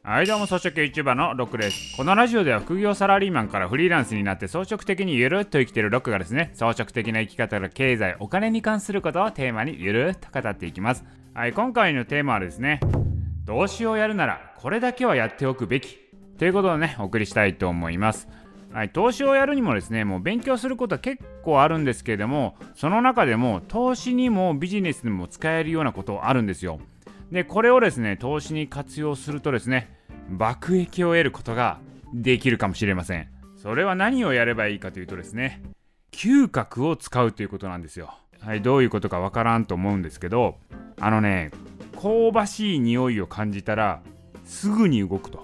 はいどうも、草食 YouTuber のロックです。このラジオでは副業サラリーマンからフリーランスになって草食的にゆるっと生きているロックがですね、草食的な生き方や経済、お金に関することをテーマにゆるっと語っていきます。はい、今回のテーマはですね、投資をやるならこれだけはやっておくべきということをね、お送りしたいと思います。はい、投資をやるにもですね、もう勉強することは結構あるんですけれども、その中でも投資にもビジネスにも使えるようなことあるんですよ。で、これをですね、投資に活用するとですね、爆益を得ることができるかもしれません。それは何をやればいいかというとですね、嗅覚を使うということなんですよ。はい、どういうことかわからんと思うんですけど、香ばしい匂いを感じたらすぐに動くと。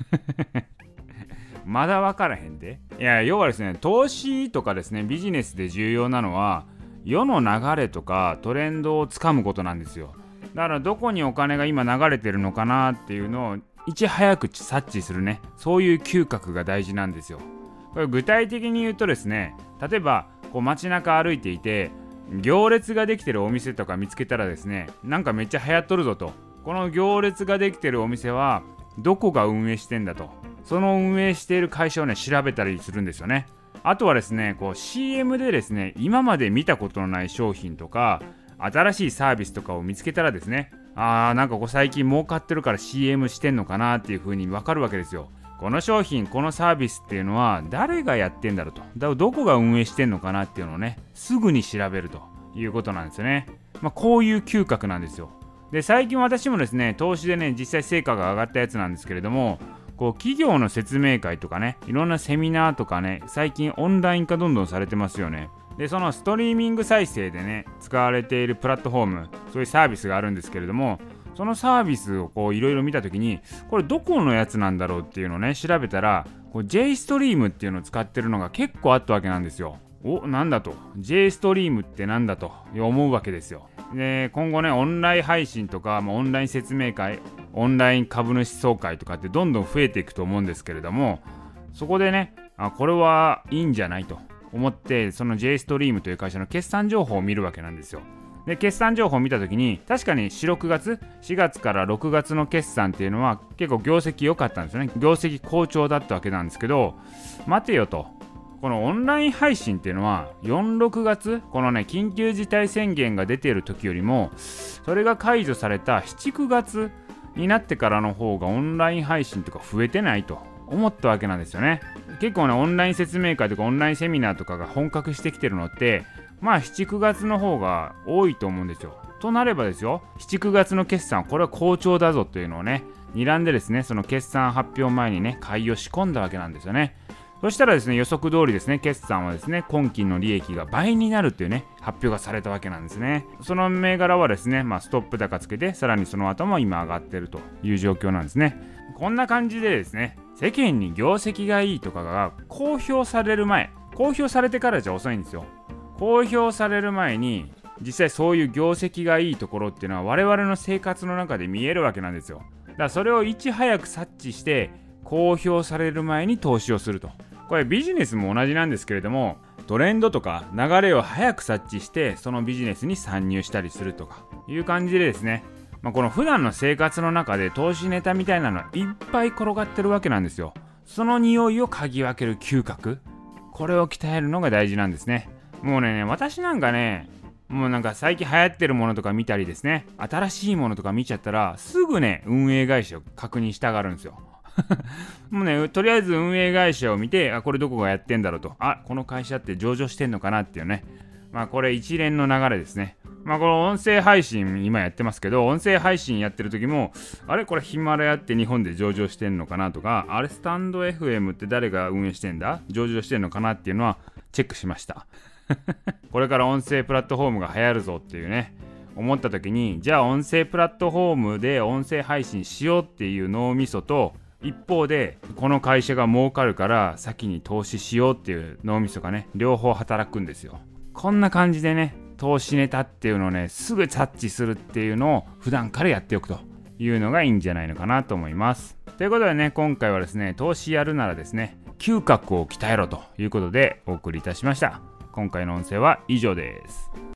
まだ分からへんで。いや、要はですね、投資とかですね、ビジネスで重要なのは世の流れとかトレンドをつかむことなんですよ。だからどこにお金が今流れてるのかなっていうのをいち早く察知するね、そういう嗅覚が大事なんですよ。これ具体的に言うとですね、例えば街中歩いていて行列ができてるお店とか見つけたらですね、なんかめっちゃ流行っとるぞと、この行列ができてるお店はどこが運営してんだと、その運営している会社をね調べたりするんですよね。あとはですね、CM でですね、今まで見たことのない商品とか新しいサービスとかを見つけたらですね、なんか最近儲かってるから CM してんのかなっていう風に分かるわけですよ。この商品、このサービスっていうのは誰がやってんだろうと、どこが運営してんのかなっていうのをね、すぐに調べるということなんですよね。こういう嗅覚なんですよ。で、最近私もですね、投資でね、実際成果が上がったやつなんですけれども、企業の説明会とかね、いろんなセミナーとかね、最近オンライン化どんどんされてますよね。で、そのストリーミング再生でね使われているプラットフォーム、そういうサービスがあるんですけれども、そのサービスをいろいろ見たときに、これどこのやつなんだろうっていうのをね調べたら、JStream っていうのを使ってるのが結構あったわけなんですよ。なんだと、 JStream ってなんだと思うわけですよ。で、今後ね、オンライン配信とか、オンライン説明会、オンライン株主総会とかってどんどん増えていくと思うんですけれども、そこでね、これはいいんじゃないと思って、その JStream という会社の決算情報を見るわけなんですよ。で、決算情報を見たときに、確かに4月から6月の決算っていうのは結構業績良かったんですよね。業績好調だったわけなんですけど、待てよと、このオンライン配信っていうのは4、6月、このね緊急事態宣言が出ている時よりも、それが解除された7、9月になってからの方がオンライン配信とか増えてないと思ったわけなんですよね。結構ね、オンライン説明会とかオンラインセミナーとかが本格してきてるのって、7、9月の方が多いと思うんですよ。となればですよ、7、9月の決算、これは好調だぞというのをね睨んでですね、その決算発表前にね買いを仕込んだわけなんですよね。そしたらですね、予測通りですね、決算はですね、今期の利益が倍になるというね発表がされたわけなんですね。その銘柄はですね、ストップ高つけて、さらにその後も今上がってるという状況なんですね。こんな感じでですね、世間に業績がいいとかが公表される前、公表されてからじゃ遅いんですよ。公表される前に実際そういう業績がいいところっていうのは我々の生活の中で見えるわけなんですよ。だからそれをいち早く察知して公表される前に投資をすると。これビジネスも同じなんですけれども、トレンドとか流れを早く察知してそのビジネスに参入したりするとかいう感じでですね、この普段の生活の中で投資ネタみたいなのいっぱい転がってるわけなんですよ。その匂いを嗅ぎ分ける嗅覚、これを鍛えるのが大事なんですね。もうね、私なんかね、もうなんか最近流行ってるものとか見たりですね、新しいものとか見ちゃったらすぐね運営会社を確認したがるんですよ。もうね、とりあえず運営会社を見て、これどこがやってんだろうと、この会社って上場してんのかなっていうね、これ一連の流れですね。この音声配信今やってますけど、音声配信やってる時も、これヒマラヤって日本で上場してんのかなとか、スタンド FM って誰が運営してんだ、上場してんのかなっていうのはチェックしました。これから音声プラットフォームが流行るぞっていうね、思った時に、じゃあ音声プラットフォームで音声配信しようっていう脳みそと、一方でこの会社が儲かるから先に投資しようっていう脳みそがね、両方働くんですよ。こんな感じでね、投資ネタっていうのをねすぐ察知するっていうのを普段からやっておくというのがいいんじゃないのかなと思います。ということでね、今回はですね、投資やるならですね、嗅覚を鍛えろということでお送りいたしました。今回の音声は以上です。